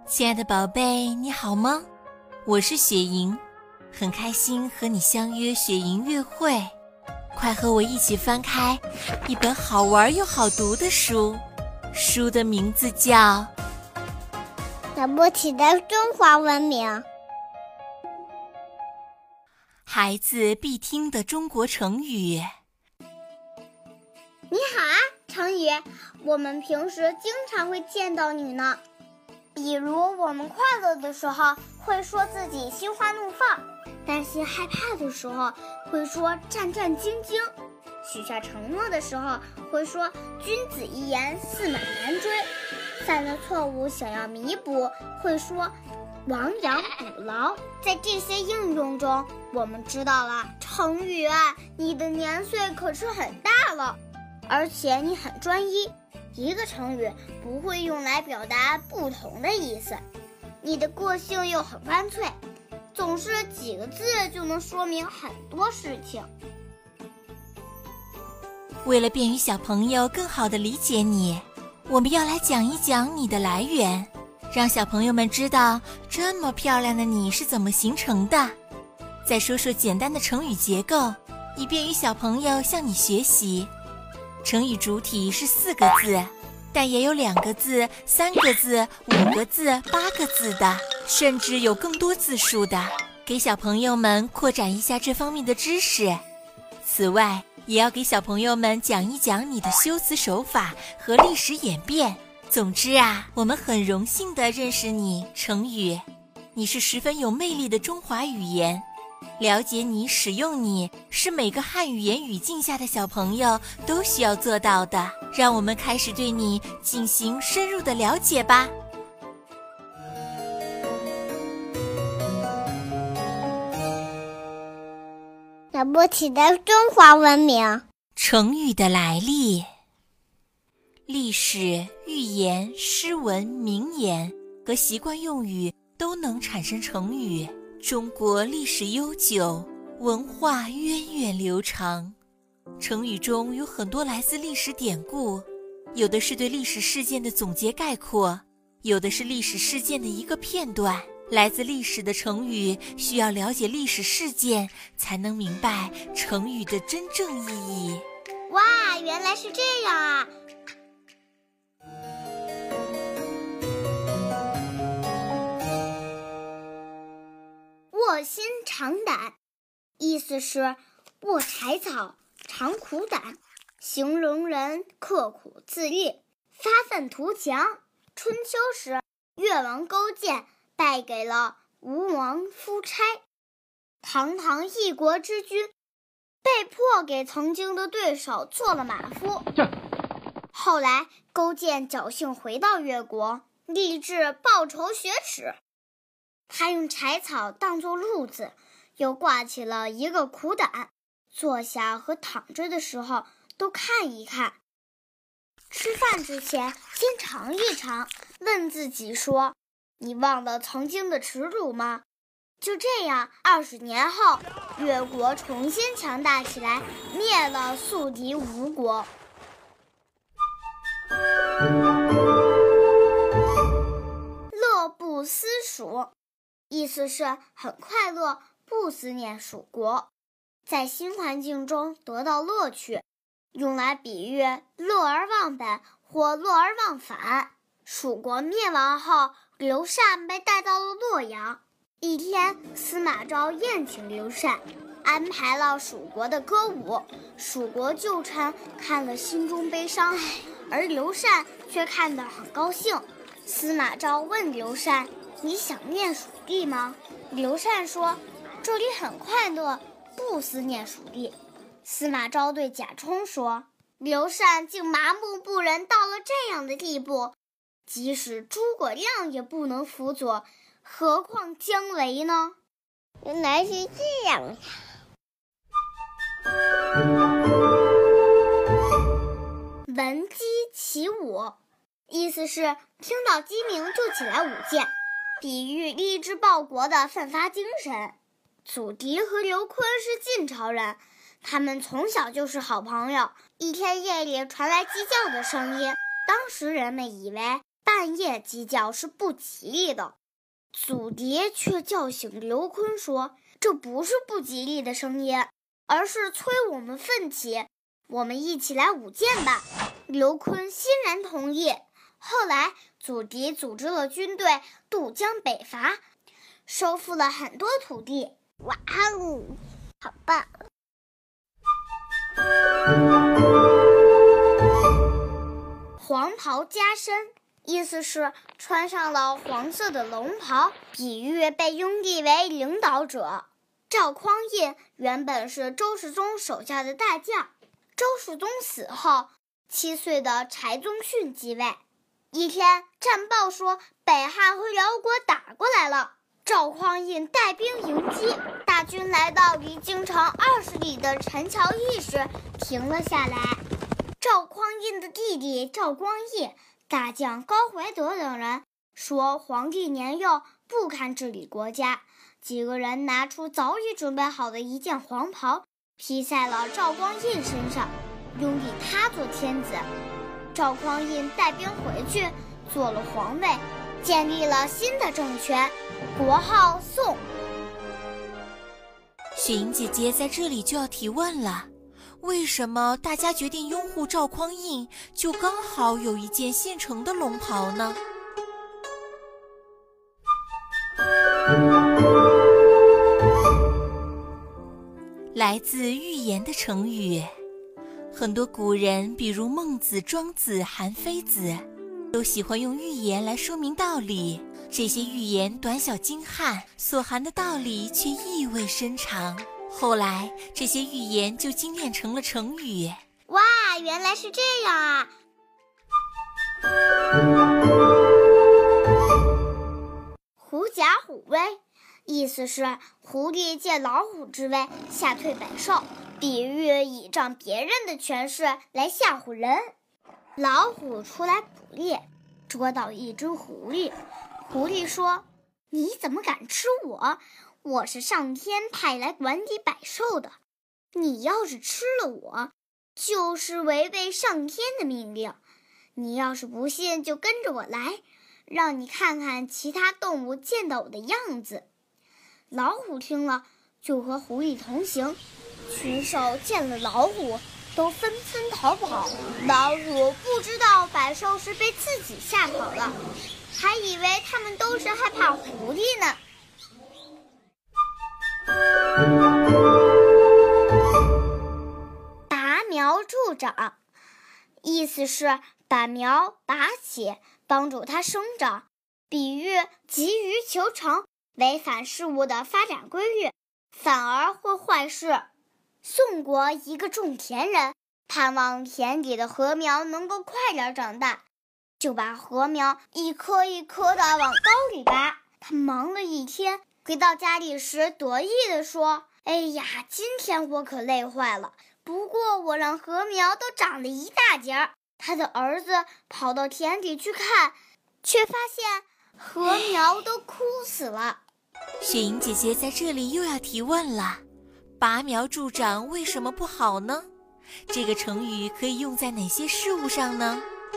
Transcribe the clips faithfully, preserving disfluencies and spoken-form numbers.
亲爱的宝贝，你好吗？我是雪莹，很开心和你相约雪莹乐会。快和我一起翻开一本好玩又好读的书，书的名字叫《 了不起的中华文明》， 孩子必听的中国成语。 你好啊，成语，我们平时经常会见到你呢。比如我们快乐的时候会说自己心花怒放，担心害怕的时候会说战战兢兢，许下承诺的时候会说君子一言驷马难追，犯了错误想要弥补会说亡羊补牢。在这些应用中，我们知道了成语啊，你的年岁可是很大了，而且你很专一，一个成语不会用来表达不同的意思，你的个性又很干脆，总是几个字就能说明很多事情。 为了便于小朋友更好地理解你，我们要来讲一讲你的来源，让小朋友们知道这么漂亮的你是怎么形成的。再说说简单的成语结构，以便于小朋友向你学习。成语主体是四个字，但也有两个字、三个字、五个字、八个字的，甚至有更多字数的，给小朋友们扩展一下这方面的知识。此外，也要给小朋友们讲一讲你的修辞手法和历史演变。总之啊，我们很荣幸地认识你，成语，你是十分有魅力的中华语言。了解你，使用你，是每个汉语言语境下的小朋友都需要做到的。让我们开始对你进行深入的了解吧。 了不起的中华文明。 成语的来历。历史、寓言、诗文、名言和习惯用语都能产生成语。中国历史悠久，文化源远流长。成语中有很多来自历史典故，有的是对历史事件的总结概括，有的是历史事件的一个片段。来自历史的成语需要了解历史事件，才能明白成语的真正意义。 哇，原来是这样啊！卧薪尝胆，意思是卧柴草，尝苦胆，形容人刻苦自立，发愤图强。春秋时，越王勾践败给了吴王夫差，堂堂一国之君被迫给曾经的对手做了马夫。后来勾践侥幸回到越国，立志报仇雪耻。他用柴草当作褥子，又挂起了一个苦胆，坐下和躺着的时候都看一看。吃饭之前先尝一尝，问自己说，你忘了曾经的耻辱吗？就这样，二十年后，越国重新强大起来，灭了宿敌吴国。乐不思蜀，意思是很快乐，不思念蜀国，在新环境中得到乐趣，用来比喻乐而忘本或乐而忘返。蜀国灭亡后，刘禅被带到了洛阳。一天，司马昭宴请刘禅，安排了蜀国的歌舞。蜀国旧臣看了心中悲伤，而刘禅却看得很高兴。司马昭问刘禅，你想念蜀地吗？刘禅说，这里很快乐，不思念蜀地。司马昭对贾充说，刘禅竟麻木不仁到了这样的地步，即使诸葛亮也不能辅佐，何况姜维呢？原来是这样呀！闻鸡起舞，意思是听到鸡鸣就起来舞剑，比喻立志报国的奋发精神。祖狄和刘琨是晋朝人，他们从小就是好朋友。一天夜里传来鸡叫的声音，当时人们以为半夜鸡叫是不吉利的。祖蝶却叫醒刘琨说，这不是不吉利的声音，而是催我们奋起，我们一起来舞剑吧。刘琨欣然同意。后来祖蝶组织了军队渡江北伐，收复了很多土地。哇哦，好棒！黄袍加身，意思是穿上了黄色的龙袍，比喻被拥立为领导者。赵匡胤原本是周世宗手下的大将，周世宗死后，七岁的柴宗训继位。一天，战报说北汉和辽国打过来了，赵匡胤带兵迎击，大军来到离京城二十里的陈桥驿时停了下来。赵匡胤的弟弟赵光义、大将高怀德等人说皇帝年幼，不堪治理国家，几个人拿出早已准备好的一件黄袍，披在了赵光义身上，拥立他做天子。赵匡胤带兵回去，做了皇位，建立了新的政权，国号宋。 雪莹姐姐在这里就要提问了，为什么大家决定拥护赵匡胤，就刚好有一件现成的龙袍呢？来自寓言的成语，很多古人，比如孟子、庄子、韩非子，都喜欢用寓言来说明道理。这些寓言短小精悍，所含的道理却意味深长。后来，这些寓言就精炼成了成语。 哇，原来是这样啊！狐假虎威，意思是狐狸借老虎之威吓退百兽，比喻倚仗别人的权势来吓唬人。老虎出来捕猎，捉到一只狐狸，狐狸说：“你怎么敢吃我？我是上天派来管理百兽的，你要是吃了我，就是违背上天的命令。你要是不信，就跟着我来，让你看看其他动物见到我的样子。”老虎听了，就和狐狸同行。群兽见了老虎，都纷纷逃跑。老虎不知道百兽是被自己吓跑了，还以为他们都是害怕狐狸呢。拔苗助长，意思是把苗拔起，帮助它生长，比喻急于求成，违反事物的发展规律，反而会坏事。宋国一个种田人盼望田里的禾苗能够快点长大，就把禾苗一颗一颗的往高里拔。他忙了一天，回到家里时得意地说：“哎呀，今天我可累坏了，不过我让禾苗都长了一大截儿。”他的儿子跑到田里去看，却发现禾苗都枯死了。 雪莹姐姐在这里又要提问了，拔苗助长为什么不好呢？这个成语可以用在哪些事物上呢？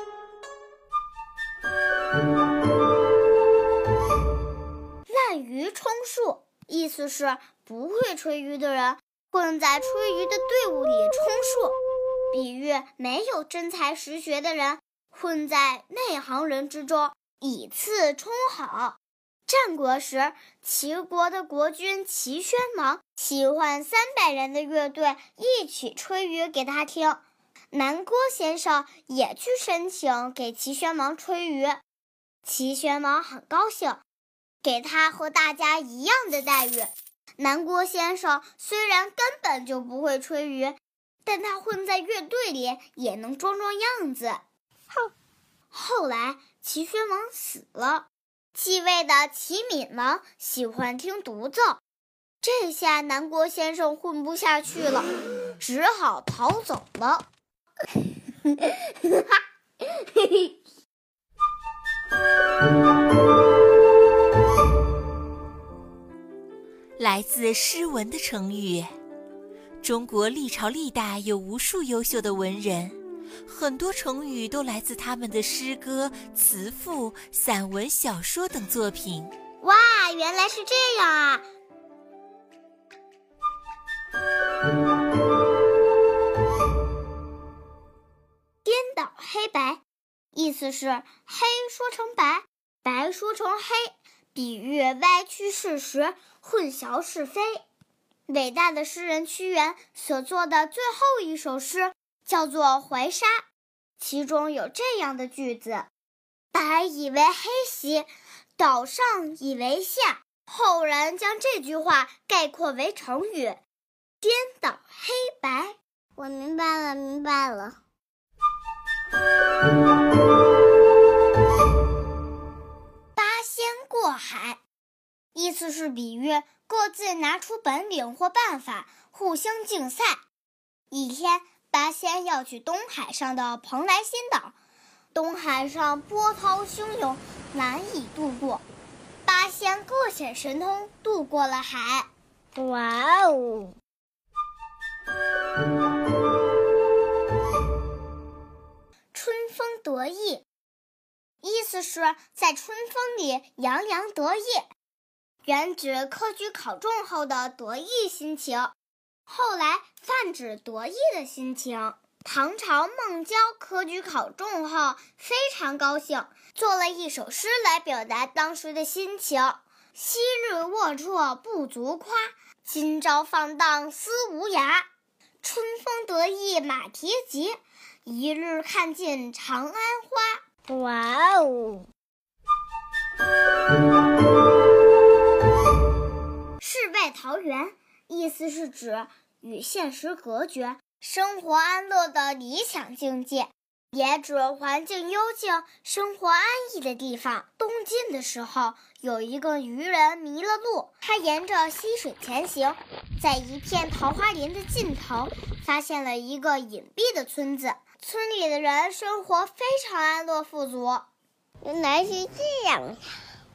滥竽充数，意思是不会吹竽的人混在吹竽的队伍里充数，比喻没有真才实学的人混在内行人之中，以次充好。战国时，齐国的国君齐宣王喜欢三百人的乐队一起吹竽给他听，南郭先生也去申请给齐宣王吹竽，齐宣王很高兴，给他和大家一样的待遇。南郭先生虽然根本就不会吹竽，但他混在乐队里也能装装样子。后后来齐宣王死了，继位的齐闵王喜欢听独奏，这下南郭先生混不下去了，只好逃走了。 来自诗文的成语。中国历朝历代有无数优秀的文人， 很多成语都来自他们的诗歌、词赋、散文、小说等作品。 哇，原来是这样啊！颠倒黑白，意思是黑说成白，白说成黑，比喻歪曲事实，混淆是非。伟大的诗人屈原所作的最后一首诗叫做《怀沙》，其中有这样的句子：白以为黑兮，岛上以为下。后人将这句话概括为成语颠倒黑白。我明白了，明白了。八仙过海，意思是比喻各自拿出本领或办法，互相竞赛。一天，八仙要去东海上的蓬莱仙岛，东海上波涛汹涌，难以渡过。八仙各显神通，渡过了海。哇哦！春风得意，意思是在春风里洋洋得意，原指科举考中后的得意心情，后来泛指得意的心情。唐朝孟郊科举考中后非常高兴，做了一首诗来表达当时的心情：昔日龌龊不足夸，今朝放荡思无涯。春风得意马蹄疾，一日看尽长安花。哇哦！世外桃源，意思是指与现实隔绝，生活安乐的理想境界，也指环境幽静、生活安逸的地方。东晋的时候，有一个渔人迷了路，他沿着溪水前行，在一片桃花林的尽头，发现了一个隐蔽的村子。村里的人生活非常安乐富足。原来是这样呀！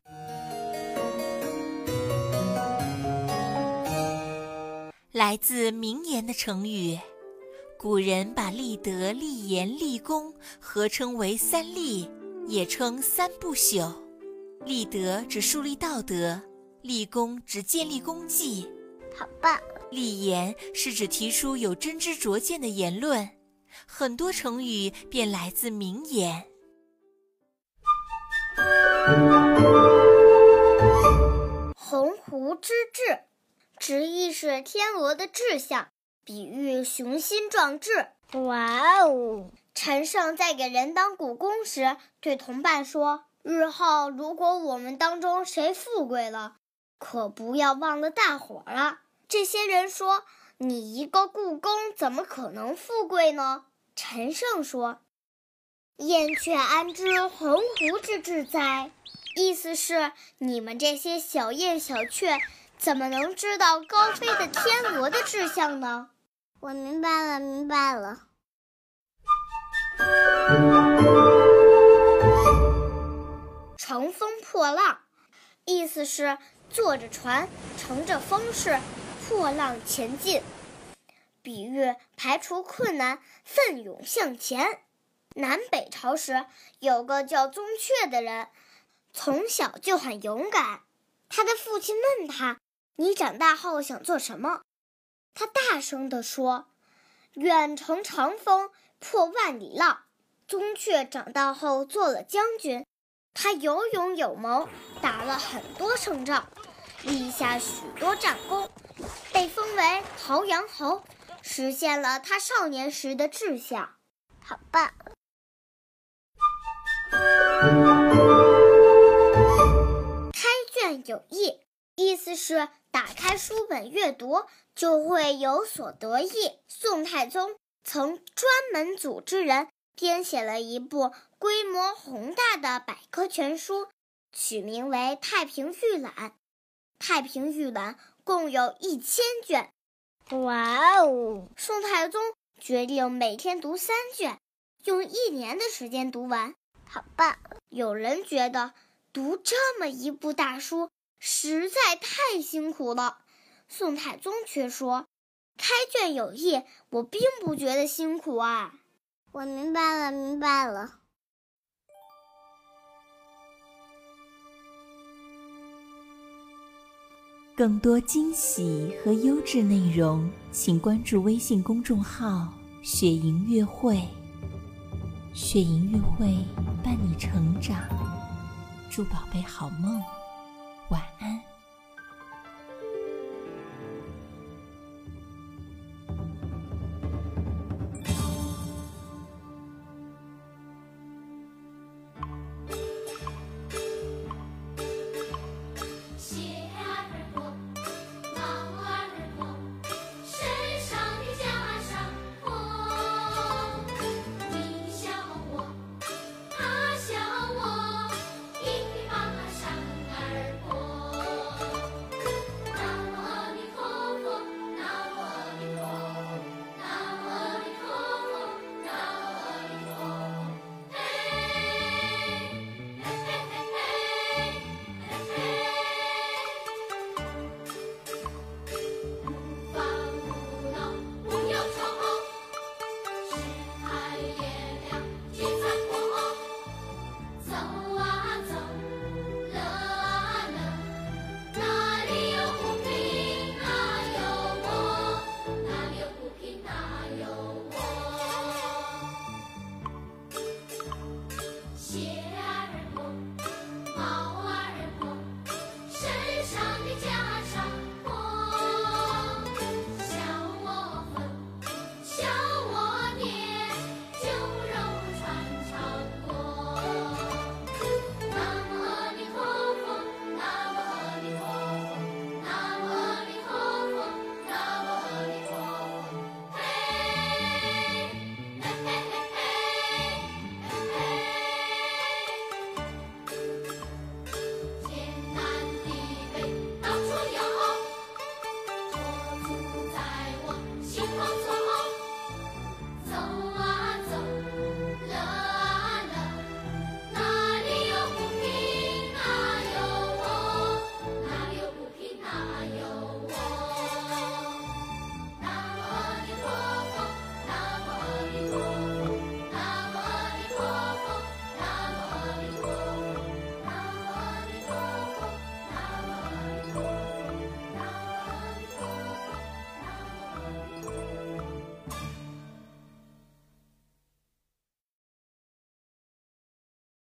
来自名言的成语，古人把立德、立言、立功合称为三立，也称三不朽。立德指树立道德，立功指建立功绩。 好棒！ 立言是指提出有真知灼见的言论，很多成语便来自名言。 鸿鹄之志，直译是天鹅的志向，比喻雄心壮志。哇哦！陈胜在给人当股肱时，对同伴说：日后如果我们当中谁富贵了，可不要忘了大伙儿啊。这些人说：你一个故宫怎么可能富贵呢？陈胜说：燕雀安知鸿鹄之志哉？意思是你们这些小燕小雀怎么能知道高飞的天鹅的志向呢？我明白了，明白了。乘风破浪，意思是坐着船，乘着风势，破浪前进，比喻排除困难，奋勇向前。南北朝时，有个叫宗悫的人，从小就很勇敢。他的父亲问他：你长大后想做什么？他大声地说：愿乘长风，破万里浪。宗悫长大后做了将军，他有勇有谋，打了很多胜仗，立下许多战功，被封为桃阳侯，实现了他少年时的志向。好棒！开卷有益，意思是打开书本阅读就会有所得益。宋太宗曾专门组织人编写了一部规模宏大的百科全书，取名为《太平御览》。《太平御览》共有一千卷。哇哦！宋太宗决定每天读三卷，用一年的时间读完。好棒！有人觉得读这么一部大书实在太辛苦了，宋太宗却说：开卷有益，我并不觉得辛苦啊。 我明白了，明白了。 更多惊喜和优质内容，请关注微信公众号“雪莹乐会”。雪莹乐会伴你成长，祝宝贝好梦，晚安。